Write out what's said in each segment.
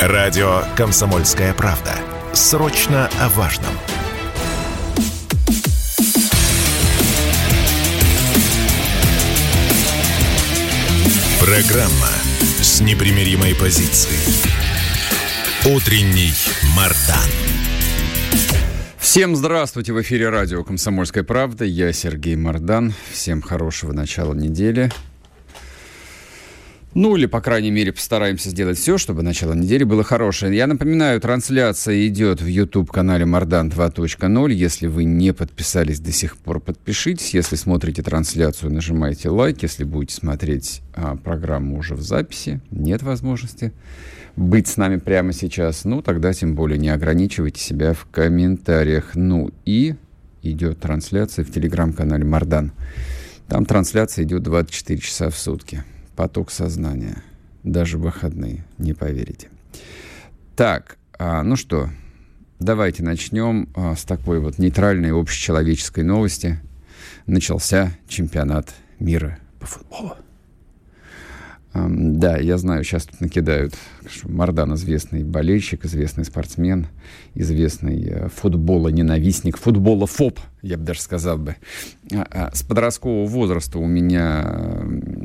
Радио «Комсомольская правда». Срочно о важном. Программа с непримиримой позицией. Утренний Мардан. Всем здравствуйте! В эфире радио «Комсомольская правда». Я Сергей Мардан. Всем хорошего начала недели. Ну, или, по крайней мере, постараемся сделать все, чтобы начало недели было хорошее. Я напоминаю, трансляция идет в YouTube-канале Мардан 2.0. Если вы не подписались до сих пор, подпишитесь. Если смотрите трансляцию, нажимайте лайк. Если будете смотреть программу уже в записи, нет возможности быть с нами прямо сейчас, ну, тогда тем более не ограничивайте себя в комментариях. Ну, и идет трансляция в телеграм-канале Мардан. Там трансляция идет 24 часа в сутки. Поток сознания. Даже в выходные, не поверите. Так, ну что, давайте начнем с такой вот нейтральной общечеловеческой новости. Начался чемпионат мира по футболу. Да, я знаю, сейчас тут накидают, что Мардан известный болельщик, известный спортсмен, известный футболоненавистник, футболофоб, я бы даже сказал бы. С подросткового возраста у меня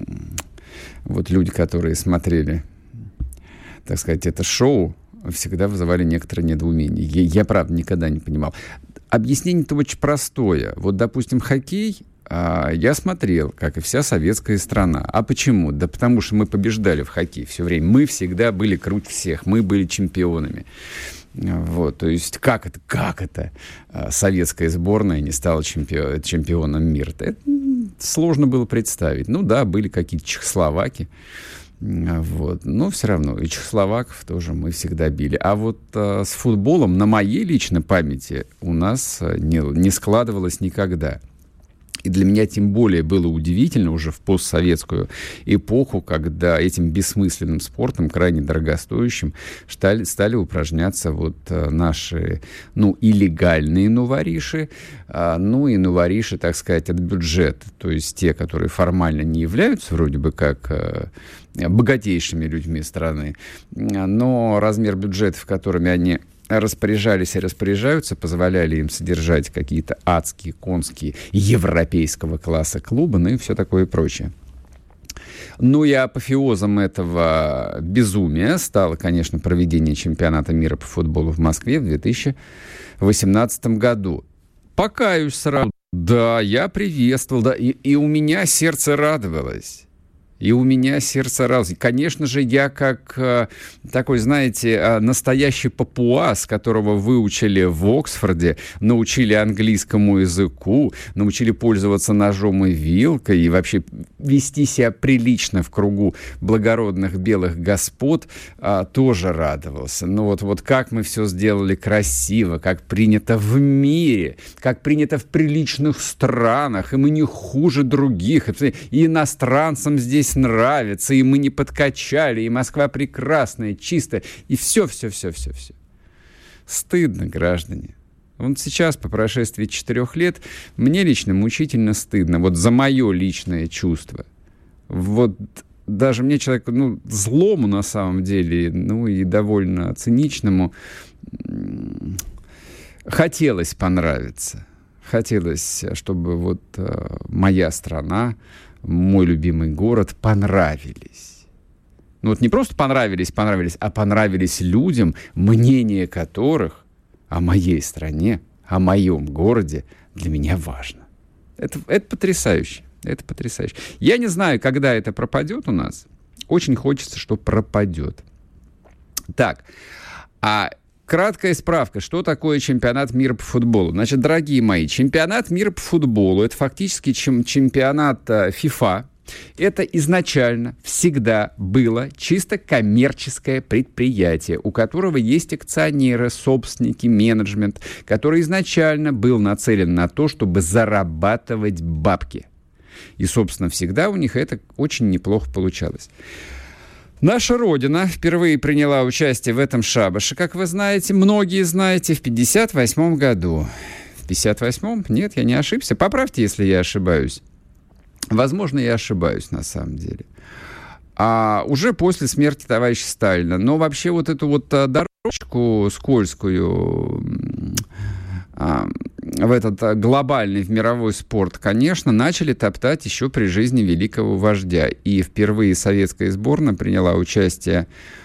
вот люди, которые смотрели, так сказать, это шоу, всегда вызывали некоторое недоумение. Я правда, никогда не понимал. Объяснение-то очень простое. Вот, допустим, хоккей я смотрел, как и вся советская страна. А почему? Да потому что мы побеждали в хоккей все время. Мы всегда были круче всех. Мы были чемпионами. Вот, то есть как это советская сборная не стала чемпионом мира? Это сложно было представить. Ну да, были какие-то чехословаки. Вот. Но все равно и чехословаков тоже мы всегда били. А вот с футболом на моей личной памяти у нас не складывалось никогда. И для меня тем более было удивительно уже в постсоветскую эпоху, когда этим бессмысленным спортом, крайне дорогостоящим, стали упражняться вот наши, и легальные нувориши, и нувориши, так сказать, от бюджета. То есть те, которые формально не являются вроде бы как богатейшими людьми страны, но размер бюджетов, которыми они распоряжались и распоряжаются, позволяли им содержать какие-то адские, конские, европейского класса клубы, ну и все такое прочее. Ну и апофеозом этого безумия стало, конечно, проведение чемпионата мира по футболу в Москве в 2018 году. Покаюсь сразу. Да, я приветствовал, да, и у меня сердце радовалось. И у меня сердце радовалось. Конечно же, я как такой, знаете, настоящий папуас, которого выучили в Оксфорде, научили английскому языку, научили пользоваться ножом и вилкой и вообще вести себя прилично в кругу благородных белых господ, тоже радовался. Ну вот как мы все сделали красиво, как принято в мире, как принято в приличных странах, и мы не хуже других, и иностранцам здесь нравится, и мы не подкачали, и Москва прекрасная, чистая, и все. Стыдно, граждане. Вот сейчас, по прошествии 4 лет, мне лично мучительно стыдно, вот за мое личное чувство. Вот даже мне, человеку, злому на самом деле, и довольно циничному, хотелось понравиться. Хотелось, чтобы вот моя страна, мой любимый город понравились. Не просто понравились, а понравились людям, мнение которых о моей стране, о моем городе для меня важно. Это потрясающе. Это потрясающе. Я не знаю, когда это пропадет у нас. Очень хочется, что пропадет. Так, краткая справка, что такое чемпионат мира по футболу. Значит, дорогие мои, чемпионат мира по футболу — это фактически чемпионат FIFA. Это изначально всегда было чисто коммерческое предприятие, у которого есть акционеры, собственники, менеджмент, который изначально был нацелен на то, чтобы зарабатывать бабки. И, собственно, всегда у них это очень неплохо получалось. Наша Родина впервые приняла участие в этом шабаше, как вы знаете, многие знаете, в 1958 году. В 1958? Нет, я не ошибся. Поправьте, если я ошибаюсь. Возможно, я ошибаюсь на самом деле. уже после смерти товарища Сталина. Но вообще вот эту вот дорожку скользкую в этот глобальный, в мировой спорт, конечно, начали топтать еще при жизни великого вождя. И впервые советская сборная приняла участие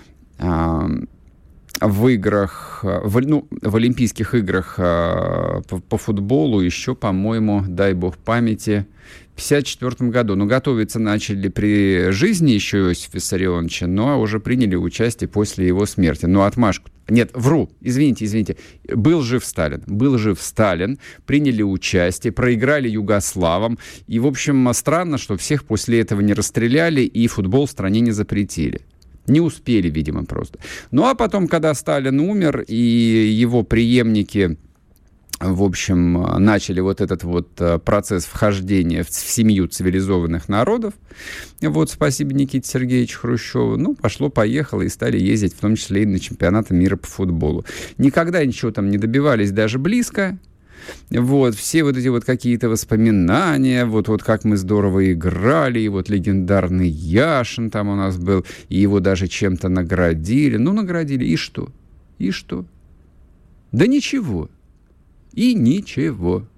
в играх, в Олимпийских играх по футболу еще, по-моему, дай бог памяти, в 1954 году. Но готовиться начали при жизни еще Иосифа Виссарионовича, но уже приняли участие после его смерти. Ну, отмашку. Нет, вру, извините. Был жив Сталин, приняли участие, проиграли югославам. И, в общем, странно, что всех после этого не расстреляли и футбол в стране не запретили. Не успели, видимо, просто. Ну, а потом, когда Сталин умер, и его преемники, в общем, начали вот этот вот процесс вхождения в семью цивилизованных народов, вот, спасибо Никите Сергеевичу Хрущеву, ну, пошло-поехало, и стали ездить, в том числе и на чемпионаты мира по футболу. Никогда ничего там не добивались даже близко. Вот, все вот эти вот какие-то воспоминания, вот как мы здорово играли, и вот легендарный Яшин там у нас был, и его даже чем-то наградили. Ну, наградили, и что? И что? Да ничего. И ничего.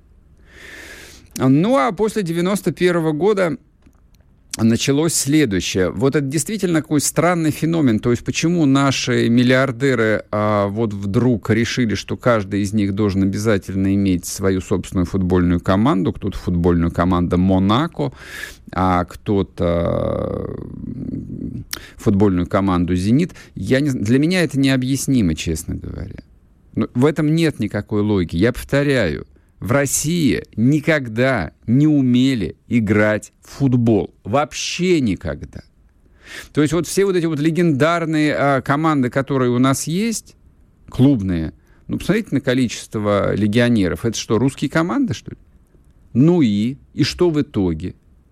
Ну, а после 91 года началось следующее. Вот это действительно такой странный феномен. То есть почему наши миллиардеры вот вдруг решили, что каждый из них должен обязательно иметь свою собственную футбольную команду. Кто-то футбольную команду Монако, а кто-то футбольную команду Зенит. Для меня это необъяснимо, честно говоря. Но в этом нет никакой логики. Я повторяю. В России никогда не умели играть в футбол. Вообще никогда. То есть вот все вот эти вот легендарные команды, которые у нас есть, клубные, ну, посмотрите на количество легионеров. Это что, русские команды, что ли? Ну и что в итоге?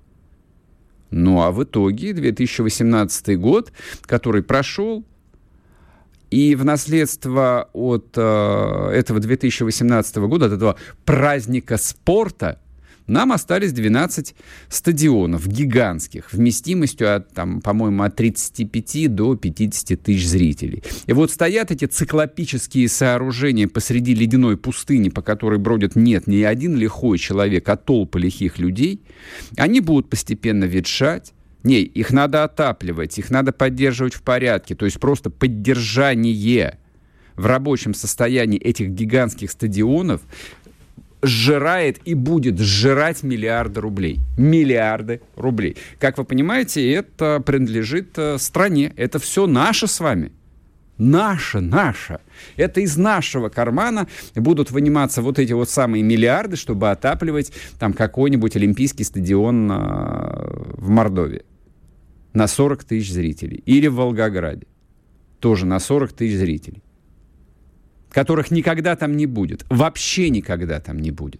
Ну, а в итоге 2018 год, который прошел, и в наследство от этого 2018 года, от этого праздника спорта, нам остались 12 стадионов гигантских, вместимостью, по-моему, от 35 до 50 тысяч зрителей. И вот стоят эти циклопические сооружения посреди ледяной пустыни, по которой бродит нет не один лихой человек, а толпы лихих людей. Они будут постепенно ветшать. Не, их надо отапливать, их надо поддерживать в порядке. То есть просто поддержание в рабочем состоянии этих гигантских стадионов сжирает и будет сжирать миллиарды рублей. Миллиарды рублей. Как вы понимаете, это принадлежит стране. Это все наше с вами. Наше. Это из нашего кармана будут выниматься вот эти вот самые миллиарды, чтобы отапливать там какой-нибудь олимпийский стадион в Мордовии на 40 тысяч зрителей. Или в Волгограде. Тоже на 40 тысяч зрителей. Которых никогда там не будет. Вообще никогда там не будет.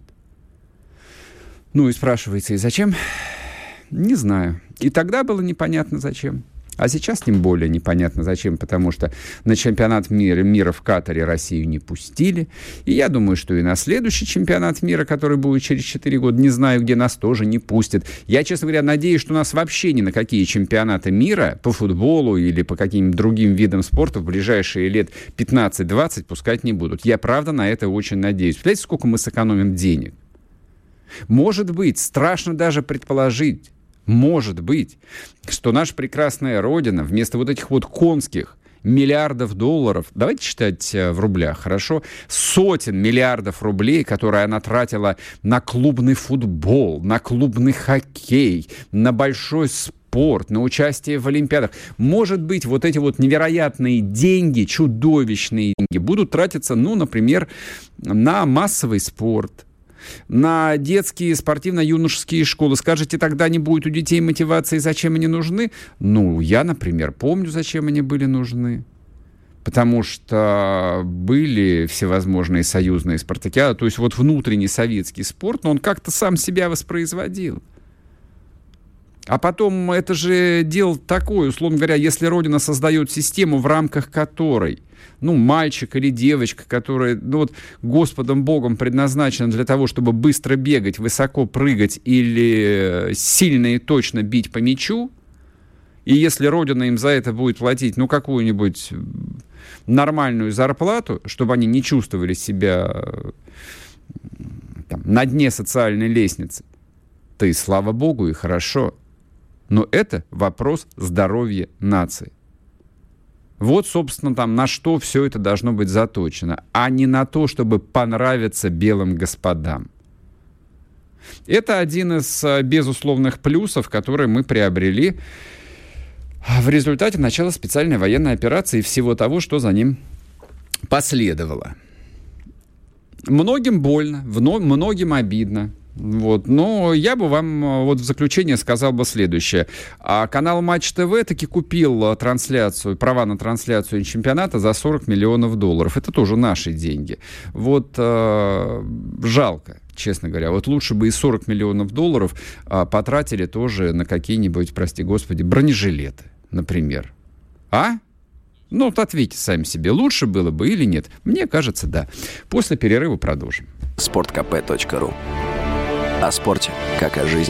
Ну и спрашивается, и зачем? Не знаю. И тогда было непонятно зачем. А сейчас тем более непонятно зачем, потому что на чемпионат мира в Катаре Россию не пустили. И я думаю, что и на следующий чемпионат мира, который будет через 4 года, не знаю, где нас тоже не пустят. Я, честно говоря, надеюсь, что нас вообще ни на какие чемпионаты мира по футболу или по каким-то другим видам спорта в ближайшие лет 15-20 пускать не будут. Я, правда, на это очень надеюсь. Представляете, сколько мы сэкономим денег? Может быть, страшно даже предположить, может быть, что наша прекрасная Родина вместо вот этих вот конских миллиардов долларов, давайте считать в рублях, хорошо, сотен миллиардов рублей, которые она тратила на клубный футбол, на клубный хоккей, на большой спорт, на участие в Олимпиадах. Может быть, вот эти вот невероятные деньги, чудовищные деньги будут тратиться, ну, например, на массовый спорт, на детские спортивно-юношеские школы. Скажете, тогда не будет у детей мотивации, зачем они нужны? Ну, я, например, помню, зачем они были нужны. Потому что были всевозможные союзные спартакиады, то есть вот внутренний советский спорт, но он как-то сам себя воспроизводил. А потом это же дело такое, условно говоря, если Родина создает систему, в рамках которой, ну, мальчик или девочка, которая, ну, вот, Господом Богом предназначена для того, чтобы быстро бегать, высоко прыгать или сильно и точно бить по мячу, И если Родина им за это будет платить, какую-нибудь нормальную зарплату, чтобы они не чувствовали себя на дне социальной лестницы, то и слава богу, и хорошо. Но это вопрос здоровья нации. Вот, собственно, на что все это должно быть заточено, а не на то, чтобы понравиться белым господам. Это один из безусловных плюсов, которые мы приобрели в результате начала специальной военной операции и всего того, что за ним последовало. Многим больно, многим обидно. Но я бы вам в заключение сказал бы следующее. Канал Матч ТВ таки купил права на трансляцию чемпионата за $40 миллионов. Это тоже наши деньги. Жалко, честно говоря. Лучше бы и $40 миллионов потратили тоже на какие-нибудь, прости господи, бронежилеты, например. Ответьте сами себе, лучше было бы или нет? Мне кажется, да. После перерыва продолжим. sportkp.ru. О спорте, как о жизни.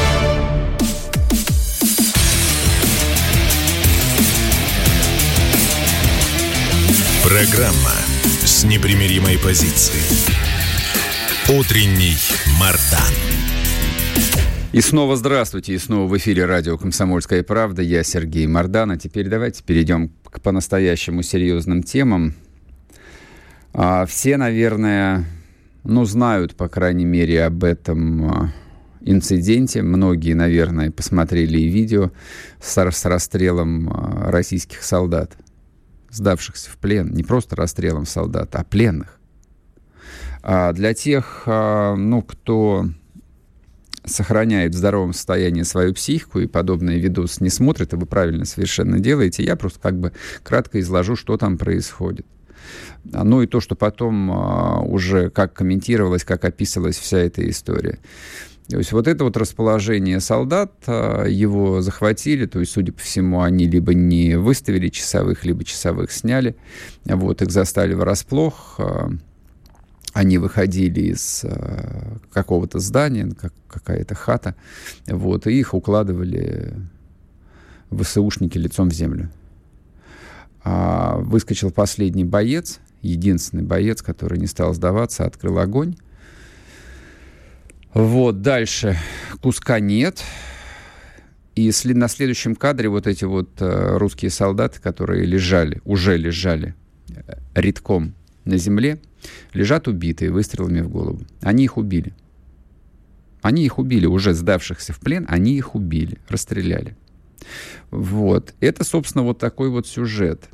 Программа с непримиримой позицией. Утренний Мардан. И снова здравствуйте, и снова в эфире радио «Комсомольская правда». Я Сергей Мардан. А теперь давайте перейдем к по-настоящему серьезным темам. Все, наверное, знают, по крайней мере, об этом инциденте. Многие, наверное, посмотрели и видео с расстрелом российских солдат, сдавшихся в плен. Не просто расстрелом солдат, а пленных. Для тех, кто сохраняет в здоровом состоянии свою психику и подобные видосы не смотрит, и вы правильно совершенно делаете, я просто кратко изложу, что там происходит. И то, что потом уже как комментировалось, как описывалась вся эта история. То есть это расположение солдат, его захватили, то есть, судя по всему, они либо не выставили часовых, либо часовых сняли, их застали врасплох, они выходили из какого-то здания, какая-то хата, и их укладывали ВСУшники лицом в землю. Выскочил последний боец, единственный боец, который не стал сдаваться, открыл огонь. Дальше куска нет. И на следующем кадре эти русские солдаты, которые уже лежали редком на земле, лежат убитые выстрелами в голову. Они их убили. Уже сдавшихся в плен, они их убили, расстреляли. Это, собственно, такой сюжет.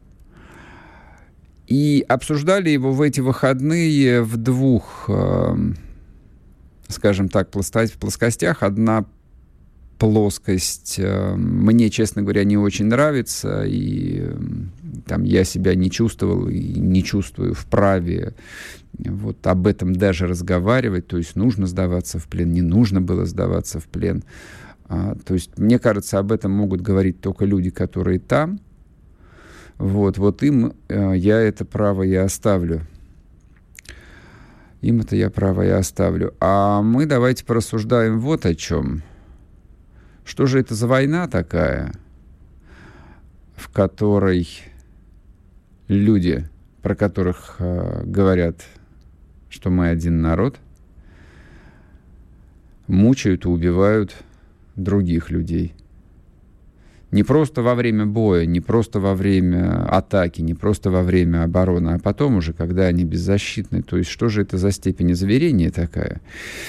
И обсуждали его в эти выходные в двух, скажем так, плоскостях. Одна плоскость мне, честно говоря, не очень нравится, и я себя не чувствовал и не чувствую вправе об этом даже разговаривать. То есть нужно сдаваться в плен, не нужно было сдаваться в плен. То есть, мне кажется, об этом могут говорить только люди, которые там. Им я это право и оставлю. Им это я право и оставлю. А мы давайте порассуждаем о чем. Что же это за война такая, в которой люди, про которых говорят, что мы один народ, мучают и убивают других людей. Не просто во время боя, не просто во время атаки, не просто во время обороны, а потом уже, когда они беззащитны. То есть, что же это за степень озверения такая?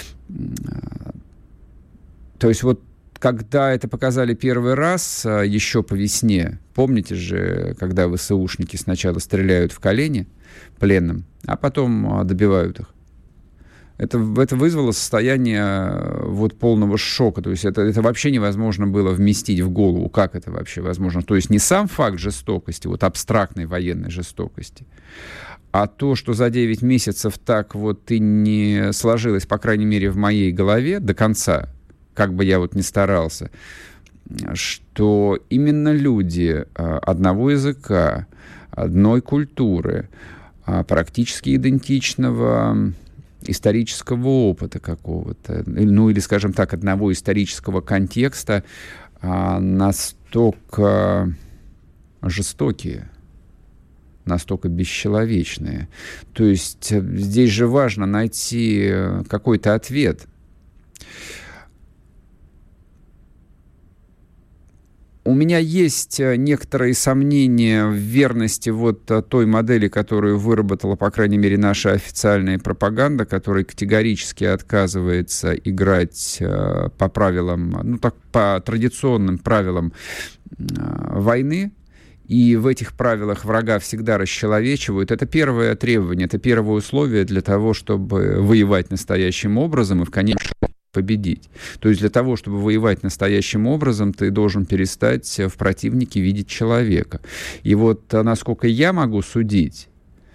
То есть, когда это показали первый раз, еще по весне, помните же, когда ВСУшники сначала стреляют в колени пленным, а потом добивают их. Это вызвало состояние полного шока. То есть это вообще невозможно было вместить в голову. Как это вообще возможно? То есть не сам факт жестокости, абстрактной военной жестокости, а то, что за 9 месяцев так и не сложилось, по крайней мере, в моей голове до конца, как бы я ни старался, что именно люди одного языка, одной культуры, практически идентичного исторического опыта какого-то, или, скажем так, одного исторического контекста, настолько жестокие, настолько бесчеловечные. То есть здесь же важно найти какой-то ответ. У меня есть некоторые сомнения в верности вот той модели, которую выработала, по крайней мере, наша официальная пропаганда, которая категорически отказывается играть по правилам, ну так, по традиционным правилам войны. И в этих правилах врага всегда расчеловечивают. Это первое требование, это первое условие для того, чтобы воевать настоящим образом и в конечном победить. То есть для того, чтобы воевать настоящим образом, ты должен перестать в противнике видеть человека. И вот, насколько я могу судить,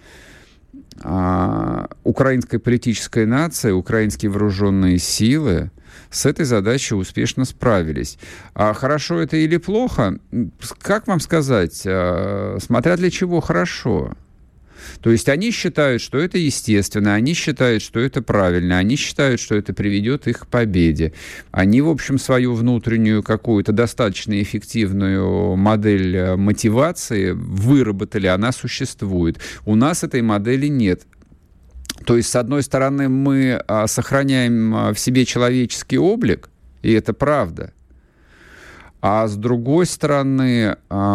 украинская политическая нация, украинские вооруженные силы с этой задачей успешно справились. А хорошо это или плохо? Как вам сказать? Смотря для чего хорошо. То есть они считают, что это естественно, они считают, что это правильно, они считают, что это приведет их к победе. Они, в общем, свою внутреннюю какую-то достаточно эффективную модель мотивации выработали, она существует. У нас этой модели нет. То есть, с одной стороны, мы сохраняем в себе человеческий облик, и это правда. А с другой стороны,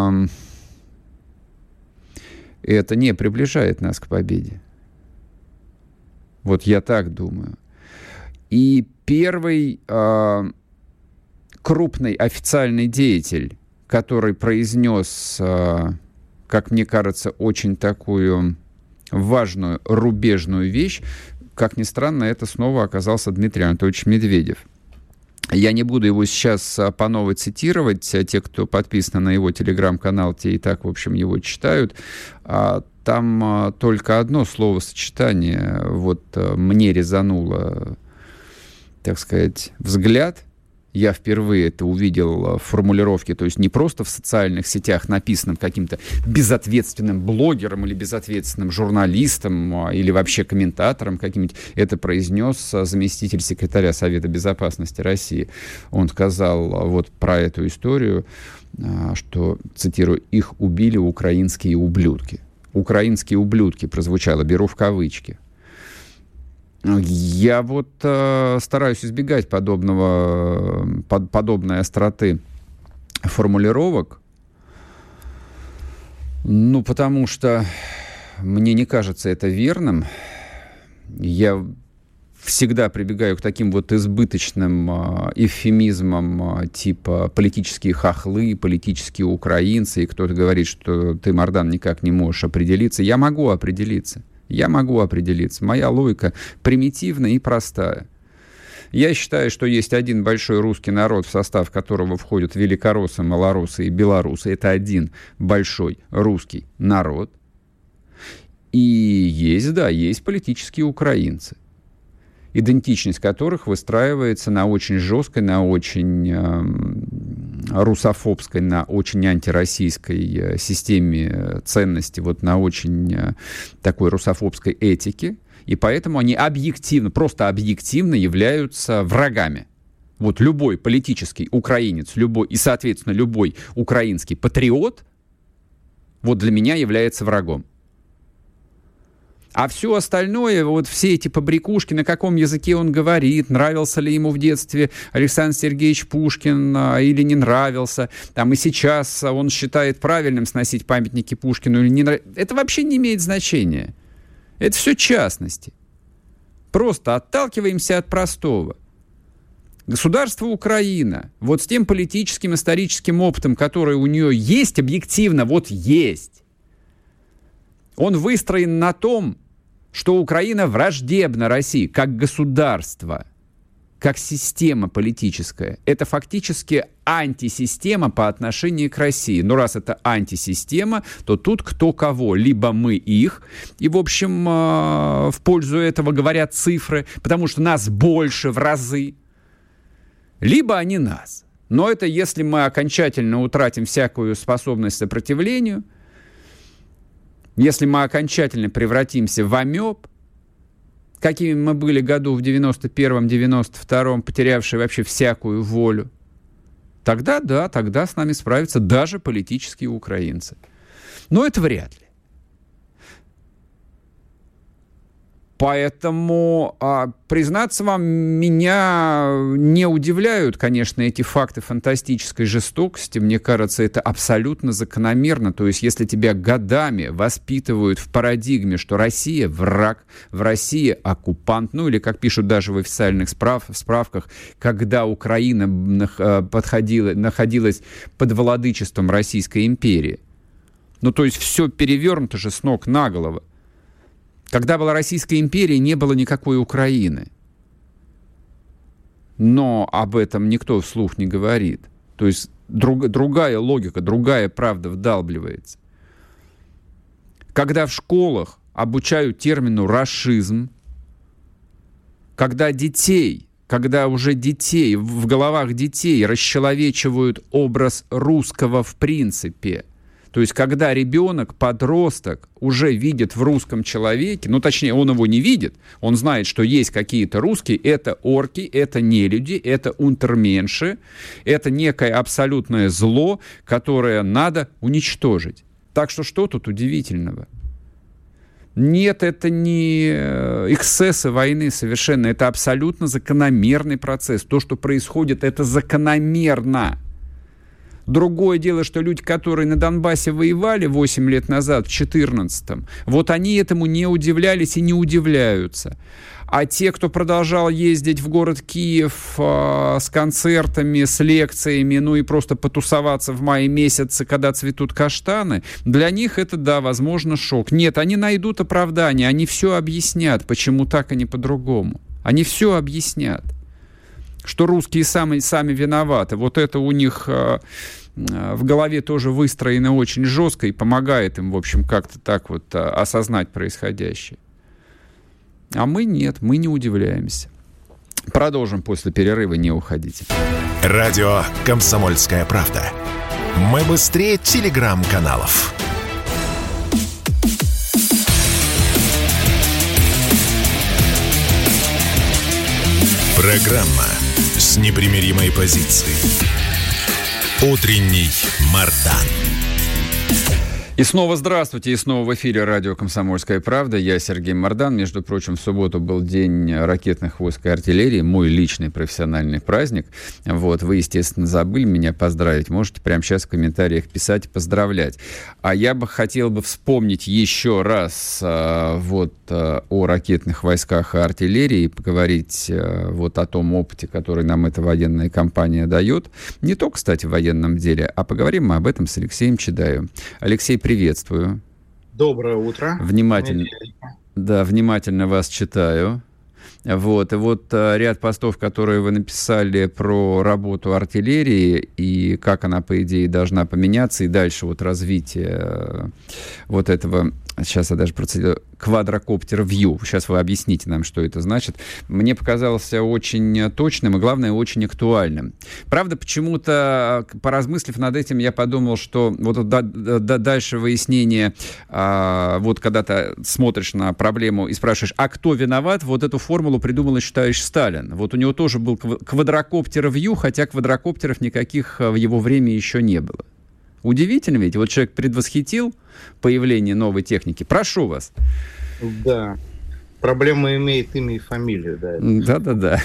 это не приближает нас к победе. Вот я так думаю. И первый крупный официальный деятель, который произнес, как мне кажется, очень такую важную рубежную вещь, как ни странно, это снова оказался Дмитрий Анатольевич Медведев. Я не буду его сейчас по новой цитировать. Те, кто подписан на его телеграм-канал, те и так, в общем, его читают. Там только одно словосочетание вот мне резануло, так сказать, взгляд. Я впервые это увидел в формулировке, то есть не просто в социальных сетях, написанном каким-то безответственным блогером или безответственным журналистом или вообще комментатором каким-нибудь. Это произнес заместитель секретаря Совета Безопасности России. Он сказал вот про эту историю, что, цитирую, «их убили украинские ублюдки». «Украинские ублюдки» прозвучало, беру в кавычки. Я вот стараюсь избегать подобной остроты формулировок, ну, потому что мне не кажется это верным. Я всегда прибегаю к таким вот избыточным эвфемизмам типа политические хохлы, политические украинцы, и кто-то говорит, что ты, Мардан, никак не можешь определиться. Я могу определиться. Моя логика примитивная и простая. Я считаю, что есть один большой русский народ, в состав которого входят великороссы, малороссы и белорусы. Это один большой русский народ. И есть политические украинцы, идентичность которых выстраивается на очень жесткой, на очень русофобской, на очень антироссийской системе ценностей, вот на очень такой русофобской этике, и поэтому они просто объективно являются врагами. Вот любой политический украинец, и, соответственно, любой украинский патриот, вот для меня является врагом. А все остальное, вот все эти побрякушки, на каком языке он говорит, нравился ли ему в детстве Александр Сергеевич Пушкин или не нравился, там и сейчас он считает правильным сносить памятники Пушкину или не нравится, это вообще не имеет значения. Это все частности. Просто отталкиваемся от простого. Государство Украина, вот с тем политическим, историческим опытом, который у нее есть, объективно, вот есть, он выстроен на том, что Украина враждебна России как государство, как система политическая. Это фактически антисистема по отношению к России. Но раз это антисистема, то тут кто кого. Либо мы их, и, в общем, в пользу этого говорят цифры, потому что нас больше в разы, либо они нас. Но это если мы окончательно утратим всякую способность к сопротивлению, если мы окончательно превратимся в амеб, какими мы были году в 91-м, 92-м, потерявшие вообще всякую волю, Тогда, да, тогда с нами справятся даже политические украинцы. Но это вряд ли. Поэтому, признаться вам, меня не удивляют, конечно, эти факты фантастической жестокости. Мне кажется, это абсолютно закономерно. То есть, если тебя годами воспитывают в парадигме, что Россия враг, в России оккупант, ну или, как пишут даже в официальных справках, когда Украина находилась под владычеством Российской империи. Ну, то есть, все перевернуто же с ног на голову. Когда была Российская империя, не было никакой Украины. Но об этом никто вслух не говорит. То есть другая логика, другая правда вдалбливается. Когда в школах обучают термину «рашизм», когда уже детей, в головах детей расчеловечивают образ русского в принципе, то есть, когда ребенок, подросток уже видит в русском человеке, ну, точнее, он его не видит, он знает, что есть какие-то русские, это орки, это нелюди, это унтерменши, это некое абсолютное зло, которое надо уничтожить. Так что тут удивительного? Нет, это не эксцессы войны совершенно, это абсолютно закономерный процесс. То, что происходит, это закономерно. Другое дело, что люди, которые на Донбассе воевали 8 лет назад, в 2014-м, вот они этому не удивлялись и не удивляются. А те, кто продолжал ездить в город Киев с концертами, с лекциями, ну и просто потусоваться в мае месяце, когда цветут каштаны, для них это, да, возможно, шок. Нет, они найдут оправдание, они все объяснят, почему так, а не по-другому. Они все объяснят. Что русские сами виноваты. Вот это у них в голове тоже выстроено очень жестко и помогает им, в общем, как-то так вот осознать происходящее. А мы нет, мы не удивляемся. Продолжим после перерыва, не уходите. Радио «Комсомольская правда». Мы быстрее телеграм-каналов. Программа с непримиримой позицией. Утренний Мардан. И снова здравствуйте, и снова в эфире радио «Комсомольская правда». Я Сергей Мардан. Между прочим, в субботу был день ракетных войск и артиллерии, мой личный профессиональный праздник. Вот, вы, естественно, забыли меня поздравить. Можете прямо сейчас в комментариях писать и поздравлять. А я бы хотел вспомнить еще раз о ракетных войсках и артиллерии и поговорить вот о том опыте, который нам эта военная кампания дает. Не только, кстати, в военном деле, а поговорим мы об этом с Алексеем Чедаевым. Алексей, приветствую. Доброе утро. Внимательно вас читаю. Вот. И вот ряд постов, которые вы написали про работу артиллерии и как она, по идее, должна поменяться, и дальше вот развитие вот этого, сейчас я даже процедил, квадрокоптер View. Сейчас вы объясните нам, что это значит. Мне показался очень точным и, главное, очень актуальным. Правда, почему-то, поразмыслив над этим, я подумал, что вот дальше выяснение, вот когда ты смотришь на проблему и спрашиваешь, а кто виноват, вот эту формулу придумал, считаешь, Сталин. Вот у него тоже был квадрокоптер View, хотя квадрокоптеров никаких в его время еще не было. Удивительно ведь, вот человек предвосхитил появление новой техники. Прошу вас. Да, проблема имеет имя и фамилию. Да.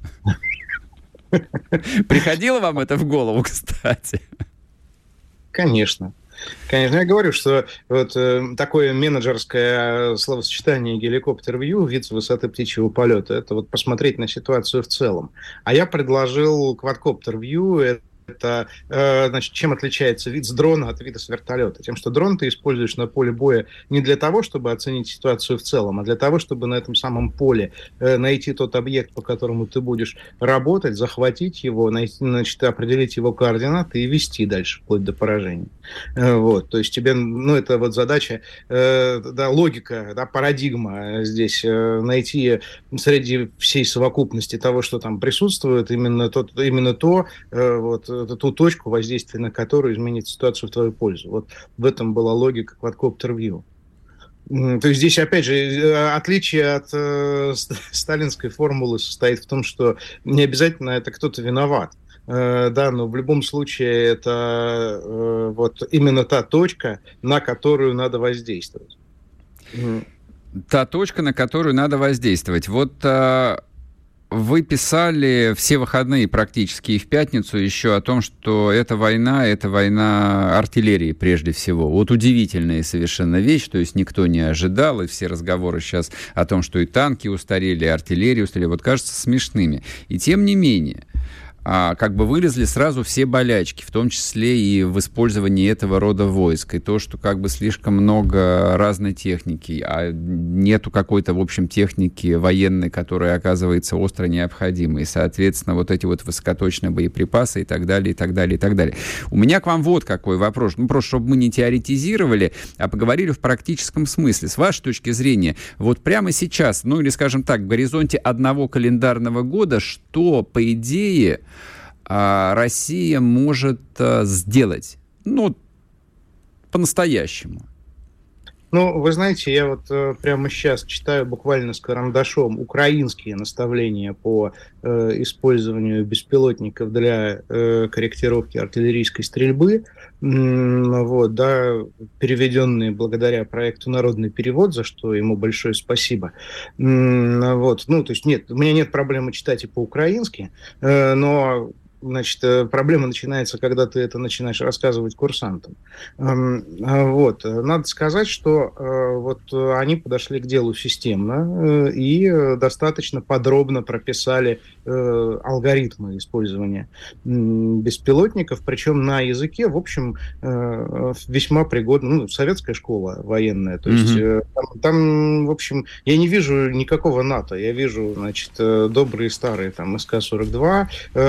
Приходило вам это в голову, кстати? Конечно. Я говорю, что вот такое менеджерское словосочетание геликоптер-вью, вид с высоты птичьего полета, это вот посмотреть на ситуацию в целом. А я предложил квадрокоптер-вью. Это, значит, чем отличается вид с дрона от вида с вертолета? Тем, что дрон ты используешь на поле боя не для того, чтобы оценить ситуацию в целом, а для того, чтобы на этом самом поле найти тот объект, по которому ты будешь работать, захватить его, значит, определить его координаты и вести дальше, вплоть до поражения. Вот, то есть тебе, это вот задача, логика, парадигма здесь, найти среди всей совокупности того, что там присутствует, именно ту точку воздействия на которую изменит ситуацию в твою пользу. Вот в этом была логика квадрокоптер-вью. То есть здесь, опять же, отличие от сталинской формулы состоит в том, что не обязательно это кто-то виноват. да, но в любом случае это вот именно та точка, на которую надо воздействовать. Та точка, на которую надо воздействовать. Вот вы писали все выходные практически и в пятницу еще о том, что это война артиллерии прежде всего. Вот удивительная совершенно вещь, то есть никто не ожидал, и все разговоры сейчас о том, что и танки устарели, и артиллерия устарели, вот кажутся смешными. И тем не менее, как бы вылезли сразу все болячки, в том числе и в использовании этого рода войск, и то, что как бы слишком много разной техники, а нету какой-то, в общем, техники военной, которая оказывается остро необходимой, и, соответственно, вот эти вот высокоточные боеприпасы и так далее, и так далее, и так далее. У меня к вам вот какой вопрос, просто чтобы мы не теоретизировали, а поговорили в практическом смысле. С вашей точки зрения, вот прямо сейчас, или, скажем так, в горизонте одного календарного года, что, по идее, Россия может сделать, по-настоящему? Вы знаете, я вот прямо сейчас читаю буквально с карандашом украинские наставления по использованию беспилотников для корректировки артиллерийской стрельбы, переведенные благодаря проекту «Народный перевод», за что ему большое спасибо. То есть у меня нет проблемы читать и по-украински, но проблема начинается, когда ты это начинаешь рассказывать курсантам. Надо сказать, что они подошли к делу системно и достаточно подробно прописали алгоритмы использования беспилотников, причем на языке, в общем, весьма пригодно, советская школа военная. То есть там, в общем, я не вижу никакого НАТО, я вижу, добрые старые там СК-42,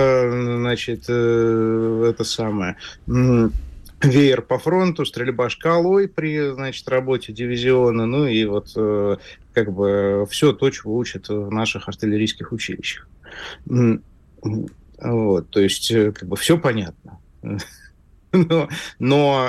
веер по фронту, стрельба шкалой при, работе дивизиона, и все то, чего учат в наших артиллерийских училищах. То есть, все понятно. Но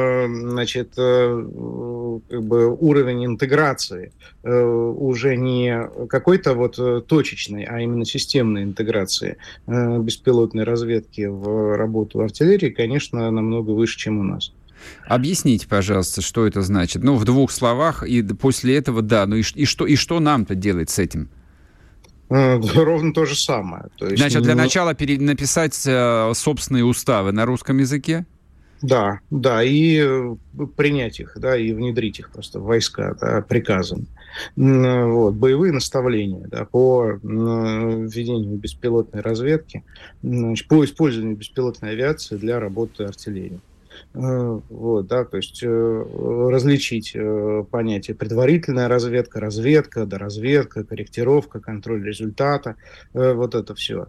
уровень интеграции уже не какой-то точечной, а именно системной интеграции беспилотной разведки в работу артиллерии, конечно, намного выше, чем у нас. Объясните, пожалуйста, что это значит. В двух словах, и после этого, и что нам-то делать с этим? Ровно то же самое. То есть, значит, для начала написать собственные уставы на русском языке? Да, и принять их, и внедрить их просто в войска, приказом. Боевые наставления, по введению беспилотной разведки, по использованию беспилотной авиации для работы артиллерии. То есть различить понятие предварительная разведка, доразведка, корректировка, контроль результата, это все.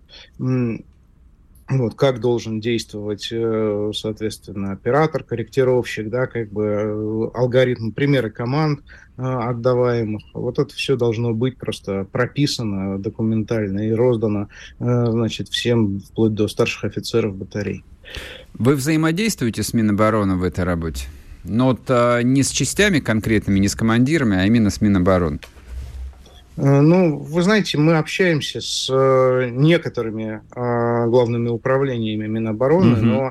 Как должен действовать, соответственно, оператор-корректировщик, алгоритм, примеры команд отдаваемых. Это все должно быть просто прописано документально и роздано, всем, вплоть до старших офицеров батарей. Вы взаимодействуете с Минобороны в этой работе? Не с частями конкретными, не с командирами, а именно с Минобороны. Вы знаете, мы общаемся с некоторыми главными управлениями Минобороны, но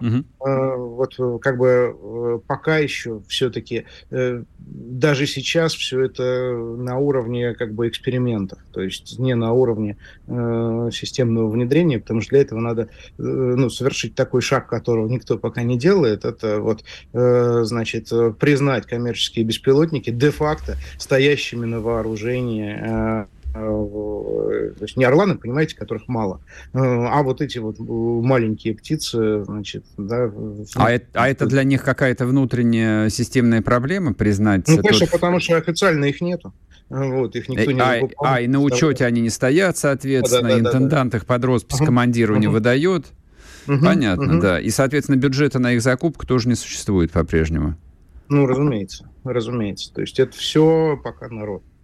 пока еще все-таки даже сейчас все это на уровне экспериментов, то есть не на уровне системного внедрения, потому что для этого надо совершить такой шаг, которого никто пока не делает, это признать коммерческие беспилотники де-факто стоящими на вооружении. То есть не орланы, понимаете, которых мало, а эти маленькие птицы, это для них какая-то внутренняя системная проблема признать? Конечно, потому что официально их нету. Их никто не выполняет. И на учете они не стоят, соответственно, интендант их под роспись командиру не выдает. Понятно, да. И, соответственно, бюджета на их закупку тоже не существует по-прежнему. Разумеется. То есть это все пока народ.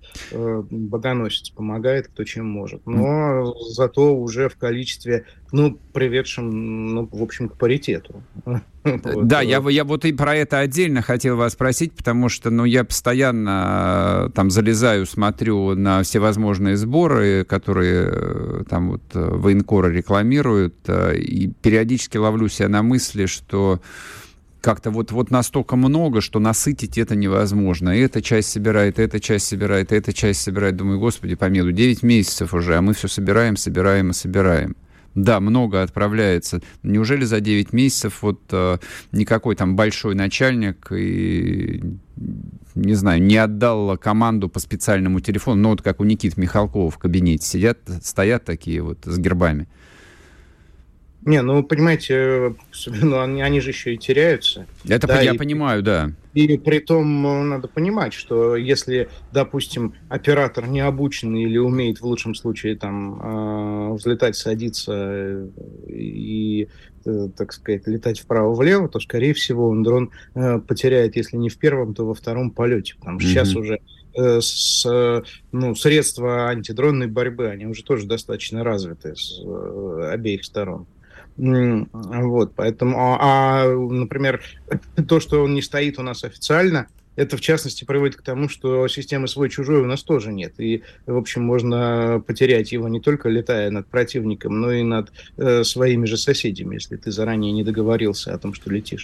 богоносец, помогает кто чем может. Но зато уже в количестве, приведшем, в общем, к паритету. Да, я вот и про это отдельно хотел вас спросить, потому что, я постоянно там залезаю, смотрю на всевозможные сборы, которые там вот военкоры рекламируют, и периодически ловлю себя на мысли, что как-то вот настолько много, что насытить это невозможно. И эта часть собирает, эта часть собирает, эта часть собирает. Думаю, господи помилуй, 9 месяцев уже, а мы все собираем и собираем. Да, много отправляется. Неужели за 9 месяцев никакой там большой начальник и, не знаю, не отдал команду по специальному телефону, как у Никиты Михалкова в кабинете стоят такие вот с гербами? Не, понимаете, они же еще и теряются. Это да, я понимаю, да. И при том надо понимать, что если, допустим, оператор не обученный или умеет в лучшем случае там взлетать, садиться и, так сказать, летать вправо-влево, то, скорее всего, дрон потеряет, если не в первом, то во втором полете. Потому что сейчас уже средства антидронной борьбы, они уже тоже достаточно развиты с обеих сторон. Вот, поэтому, например, то, что он не стоит у нас официально, это, в частности, приводит к тому, что системы свой-чужой у нас тоже нет. И, в общем, можно потерять его не только летая над противником, но и над своими же соседями, если ты заранее не договорился о том, что летишь.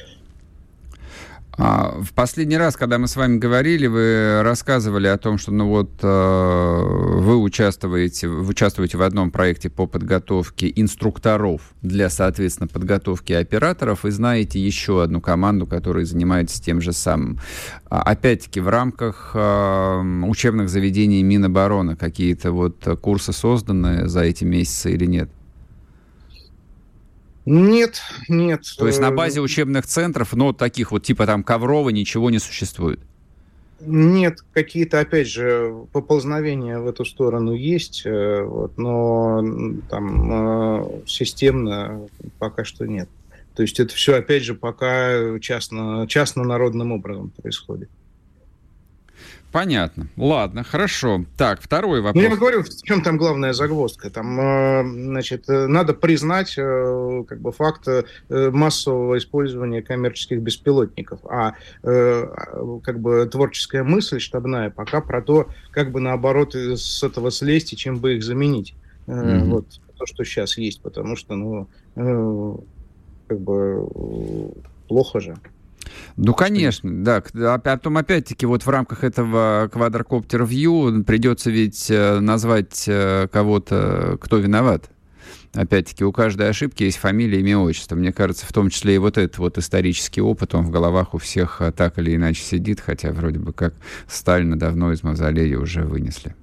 В последний раз, когда мы с вами говорили, вы рассказывали о том, что вы участвуете в одном проекте по подготовке инструкторов для, соответственно, подготовки операторов, и знаете еще одну команду, которая занимается тем же самым. Опять-таки, в рамках учебных заведений Минобороны какие-то курсы созданы за эти месяцы или нет? Нет. То есть на базе учебных центров, таких типа там Коврова, ничего не существует? Нет, какие-то, опять же, поползновения в эту сторону есть, но там системно пока что нет. То есть это все, опять же, пока частно-народным образом происходит. Понятно. Ладно, хорошо. Так, второй вопрос. Я говорю, в чем там главная загвоздка. Там, надо признать факт массового использования коммерческих беспилотников. А творческая мысль штабная пока про то, наоборот с этого слезть и чем бы их заменить. То, что сейчас есть. Потому что, плохо же. Конечно, да. А потом, опять-таки, в рамках этого Quadcopter View придется ведь назвать кого-то, кто виноват. Опять-таки, у каждой ошибки есть фамилия, имя, отчество. Мне кажется, в том числе и этот исторический опыт, он в головах у всех так или иначе сидит, хотя вроде бы как Сталина давно из мавзолея уже вынесли.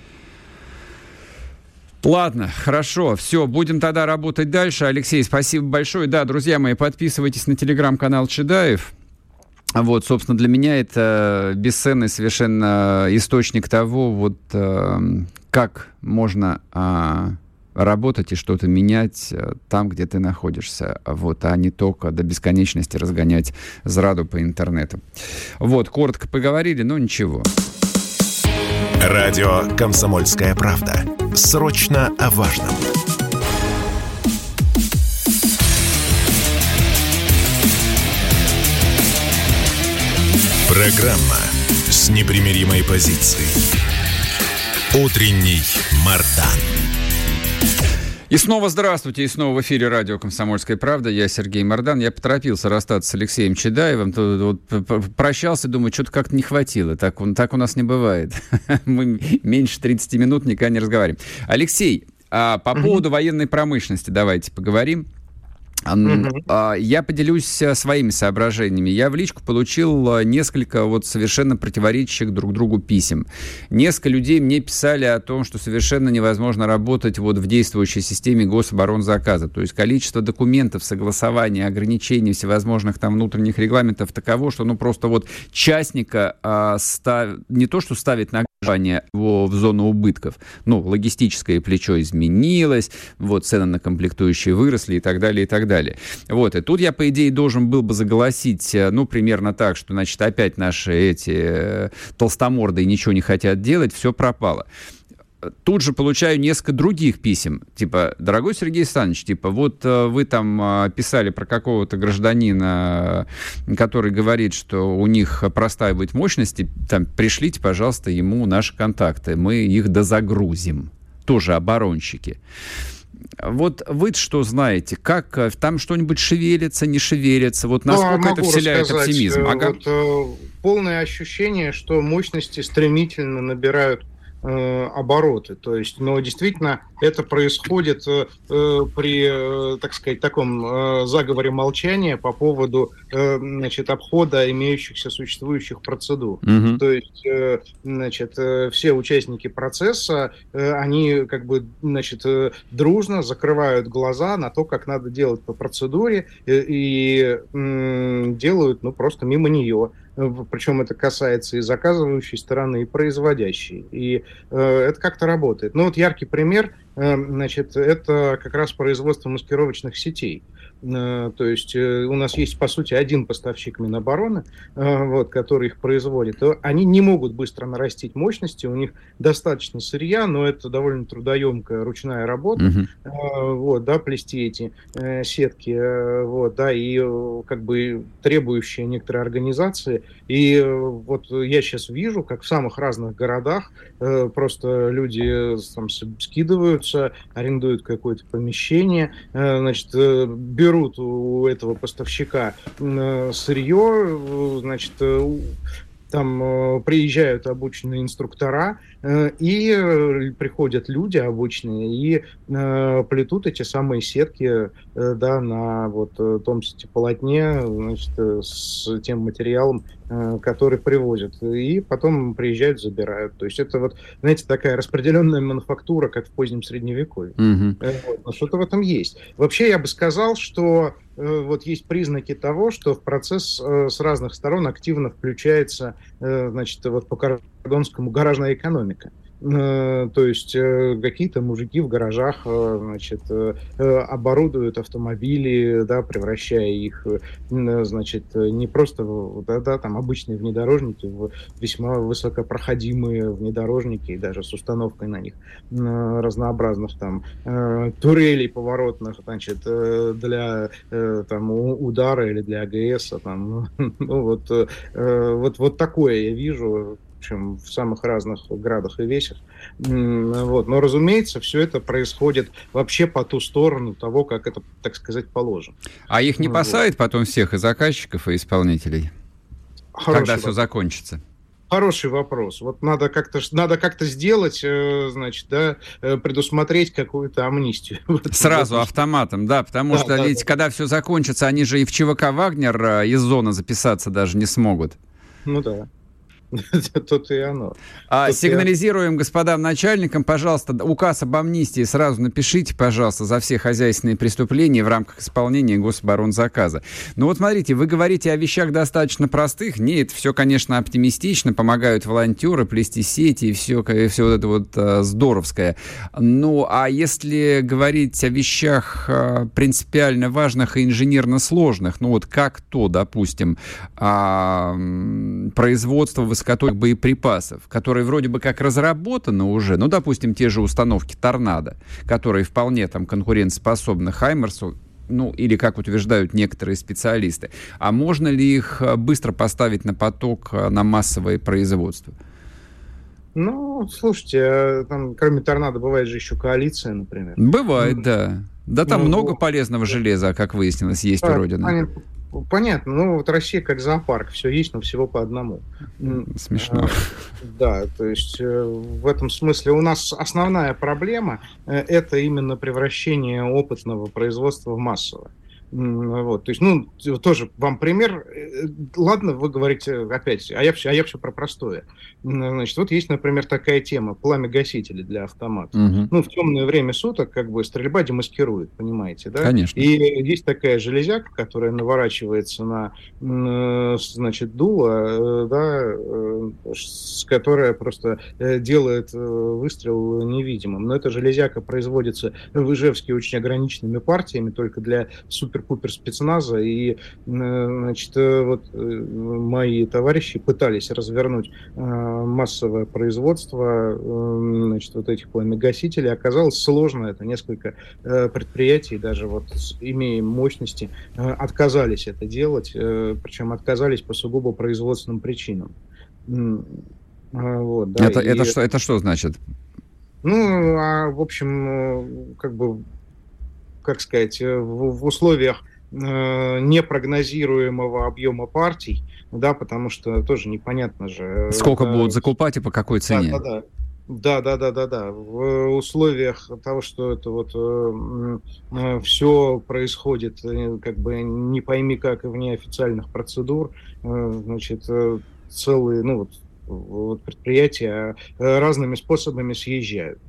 Ладно, хорошо, все, будем тогда работать дальше. Алексей, спасибо большое. Да, друзья мои, подписывайтесь на телеграм-канал Чедаев. Собственно, для меня это бесценный совершенно источник того, как можно работать и что-то менять там, где ты находишься, а не только до бесконечности разгонять зраду по интернету. Коротко поговорили, но ничего. Радио «Комсомольская правда». Срочно о важном. Программа с непримиримой позицией. Утренний Мардан. И снова здравствуйте, и снова в эфире радио «Комсомольская правда». Я Сергей Мардан. Я поторопился расстаться с Алексеем Чедаевым. Прощался, думаю, что-то как-то не хватило. Так у нас не бывает. Мы меньше 30 минут никогда не разговариваем. Алексей, по поводу военной промышленности давайте поговорим. Я поделюсь своими соображениями. Я в личку получил несколько совершенно противоречащих друг другу писем. Несколько людей мне писали о том, что совершенно невозможно работать в действующей системе гособоронзаказа. То есть количество документов, согласований, ограничений, всевозможных там внутренних регламентов таково, что просто частника не то что ставит на его в зону убытков. Ну, логистическое плечо изменилось, вот, цены на комплектующие выросли и так далее, и так далее. Вот, и тут я, по идее, должен был бы заголосить, ну, примерно так, что, значит, опять наши эти толстоморды ничего не хотят делать, все пропало. Тут же получаю несколько других писем, типа, дорогой Сергей Александрович, типа, вот вы там писали про какого-то гражданина, который говорит, что у них простаивают мощности, там, пришлите, пожалуйста, ему наши контакты, мы их дозагрузим. Тоже оборонщики. Вот вы что знаете, как там что-нибудь шевелится, не шевелится, вот насколько это вселяет оптимизм? Вот, полное ощущение, что мощности стремительно набирают обороты. То есть, но действительно это происходит при, так сказать, таком заговоре молчания по поводу, значит, обхода имеющихся существующих процедур. Угу. То есть, значит, все участники процесса, они как бы, значит, дружно закрывают глаза на то, как надо делать по процедуре, и делают, ну, просто мимо нее. Причем это касается и заказывающей стороны, и производящей. И это как-то работает. Ну вот яркий пример, значит, это как раз производство маскировочных сетей. То есть у нас есть, по сути, один поставщик Минобороны, вот, который их производит. Они не могут быстро нарастить мощности, у них достаточно сырья, но это довольно трудоемкая ручная работа, вот, да, плести эти сетки, вот, да, и как бы требующие некоторой организации. И вот я сейчас вижу, как в самых разных городах просто люди там скидываются, арендуют какое-то помещение, значит, берут у этого поставщика сырье, значит, там приезжают обученные инструктора, и приходят люди обученные и плетут эти самые сетки, да, на вот том полотне, значит, с тем материалом, который привозят. И потом приезжают, забирают. То есть это вот, знаете, такая распределенная мануфактура, как в позднем Средневековье. Вот. Но что-то в этом есть. Вообще я бы сказал, что вот есть признаки того, что в процесс с разных сторон активно включается, значит, вот по Каргонскому гаражная экономика. То есть какие-то мужики в гаражах, значит, оборудуют автомобили, да, превращая их, значит, не просто, да, там обычные внедорожники в весьма высокопроходимые внедорожники, и даже с установкой на них разнообразных там турелей поворотных, значит, для там удара или для АГС, там, ну, вот такое я вижу, причем в самых разных градах и весях. Вот. Но, разумеется, все это происходит вообще по ту сторону того, как это, так сказать, положено. А их не посадят потом всех и заказчиков, и исполнителей? Когда все закончится? Хороший вопрос. Вот надо как-то сделать, значит, да, предусмотреть какую-то амнистию. Сразу автоматом, да, потому что ведь когда все закончится, они же и в ЧВК «Вагнер» из зоны записаться даже не смогут. Ну да. Тут и оно. Сигнализируем господам начальникам, пожалуйста, указ об амнистии сразу напишите, пожалуйста, за все хозяйственные преступления в рамках исполнения гособоронзаказа. Ну вот смотрите, вы говорите о вещах достаточно простых. Нет, все, конечно, оптимистично, помогают волонтеры плести сети и все вот это вот здоровское. Ну, а если говорить о вещах принципиально важных и инженерно сложных, ну вот как то, допустим, производство высокоточных боеприпасов, которые вроде бы как разработаны уже, ну, допустим, те же установки «Торнадо», которые вполне там конкурентоспособны «Хаймерсу», ну, или, как утверждают некоторые специалисты. А можно ли их быстро поставить на поток, на массовое производство? Ну, слушайте, там, кроме «Торнадо», бывает же еще коалиция, например. Бывает, да. Да, там много полезного железа, как выяснилось, есть у Родины. Понятно. Ну, вот Россия как зоопарк. Все есть, но всего по одному. Смешно. Да, то есть в этом смысле у нас основная проблема – это именно превращение опытного производства в массовое. Вот, то есть, тоже вам пример. Ладно, вы говорите опять, а я все про простое. Значит, вот есть, например, такая тема: пламя-гасители для автомата. Угу. В темное время суток как бы стрельба демаскирует, понимаете, да? Конечно. И есть такая железяка, которая наворачивается на, значит, дуло, да, которая просто делает выстрел невидимым. Но эта железяка производится в Ижевске очень ограниченными партиями, только для супер-пупер спецназа, и, значит, вот мои товарищи пытались развернуть массовое производство, значит, вот этих пламя-гасителей. Оказалось сложно, это несколько предприятий, даже вот имея мощности, отказались это делать, причем отказались по сугубо производственным причинам. Вот, да, это что значит? В общем, как бы, как сказать, в условиях непрогнозируемого объема партий, да, потому что тоже непонятно же. Сколько будут закупать и по какой цене? Да. В условиях того, что это вот все происходит как бы не пойми как и вне официальных процедур, значит, целые, вот предприятия разными способами съезжают.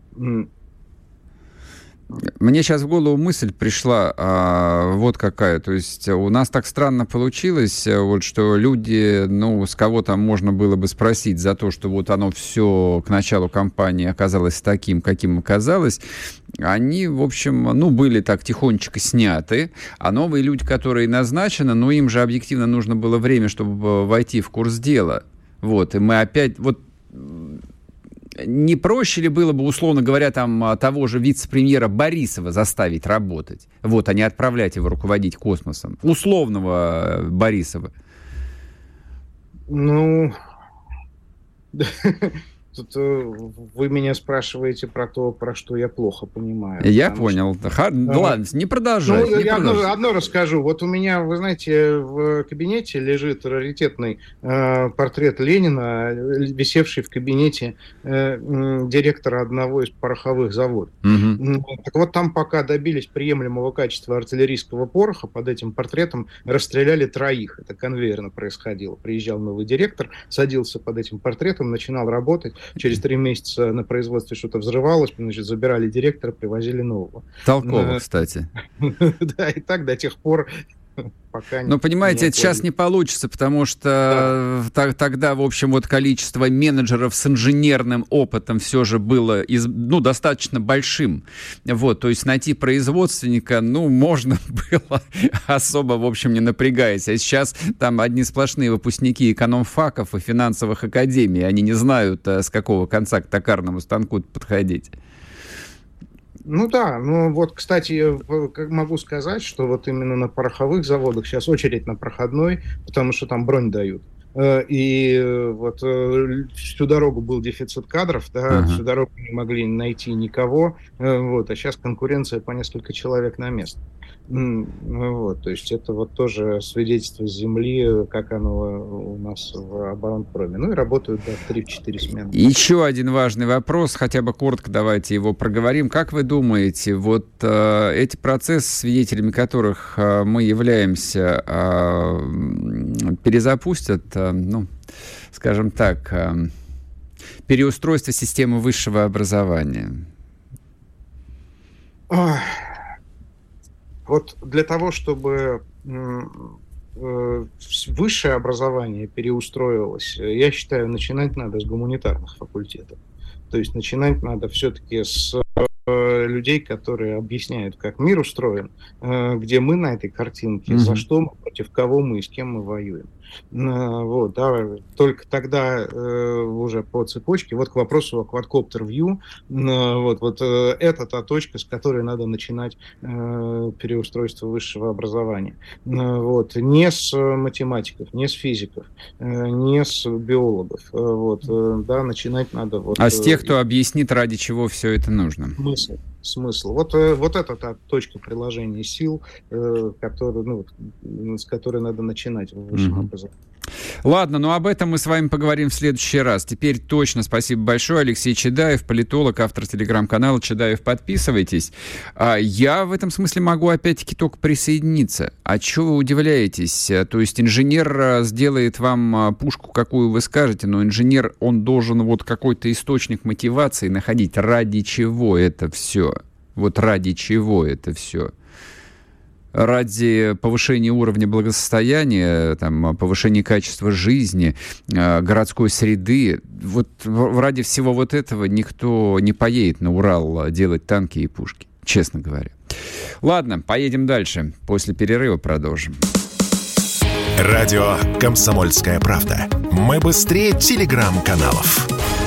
Мне сейчас в голову мысль пришла вот какая. То есть у нас так странно получилось, вот, что люди, с кого там можно было бы спросить за то, что вот оно все к началу кампании оказалось таким, каким оказалось, они, в общем, были так тихонечко сняты, а новые люди, которые назначены, им же объективно нужно было время, чтобы войти в курс дела. Вот, и мы опять... Не проще ли было бы, условно говоря, там того же вице-премьера Борисова заставить работать, а не отправлять его руководить космосом? Условного Борисова. Тут вы меня спрашиваете про то, про что я плохо понимаю. Я понял. Ладно, не продолжай. Я одно расскажу. Вот у меня, вы знаете, в кабинете лежит раритетный портрет Ленина, висевший в кабинете директора одного из пороховых заводов. Угу. Так вот, там пока добились приемлемого качества артиллерийского пороха, под этим портретом расстреляли 3. Это конвейерно происходило. Приезжал новый директор, садился под этим портретом, начинал работать. Через 3 месяца на производстве что-то взрывалось, значит, забирали директора, привозили нового. Толково, кстати. Да, и так до тех пор, пока... Но, понимаете, это сейчас не получится, потому что тогда, в общем, вот количество менеджеров с инженерным опытом все же было достаточно большим. Вот, то есть найти производственника, можно было особо, в общем, не напрягаясь. А сейчас там одни сплошные выпускники экономфаков и финансовых академий. Они не знают, с какого конца к токарному станку подходить. Кстати, могу сказать, что вот именно на пороховых заводах сейчас очередь на проходной, потому что там бронь дают. И вот всю дорогу был дефицит кадров, всю дорогу не могли найти никого, а сейчас конкуренция по несколько человек на место. То есть это вот тоже свидетельство с земли, как оно у нас в оборонпроме. И работают 3-4 смены. Еще один важный вопрос, хотя бы коротко давайте его проговорим. Как вы думаете, вот эти процессы, свидетелями которых мы являемся, перезапустят, скажем так, переустройство системы высшего образования? Вот для того, чтобы высшее образование переустроилось, я считаю, начинать надо с гуманитарных факультетов. То есть начинать надо все-таки с людей, которые объясняют, как мир устроен, где мы на этой картинке, за что мы, против кого мы и с кем мы воюем. Только тогда уже по цепочке, к вопросу о квадрокоптер-вью, это та точка, с которой надо начинать переустройство высшего образования. Не с математиков, не с физиков, не с биологов. Начинать надо... А с тех, кто объяснит, ради чего все это нужно. Смысл. Вот это та точка приложения сил, с которой надо начинать в высшем образовании. Ладно, но об этом мы с вами поговорим в следующий раз. Теперь точно спасибо большое. Алексей Чедаев, политолог, автор телеграм-канала «Чедаев». Подписывайтесь. Я в этом смысле могу опять-таки только присоединиться. А чего вы удивляетесь? То есть инженер сделает вам пушку, какую вы скажете, но инженер, он должен вот какой-то источник мотивации находить. Ради чего это все? Вот ради чего это все? Ради повышения уровня благосостояния, там, повышения качества жизни, городской среды. Вот ради всего вот этого никто не поедет на Урал делать танки и пушки, честно говоря. Ладно, поедем дальше. После перерыва продолжим. Радио «Комсомольская правда». Мы быстрее телеграм-каналов.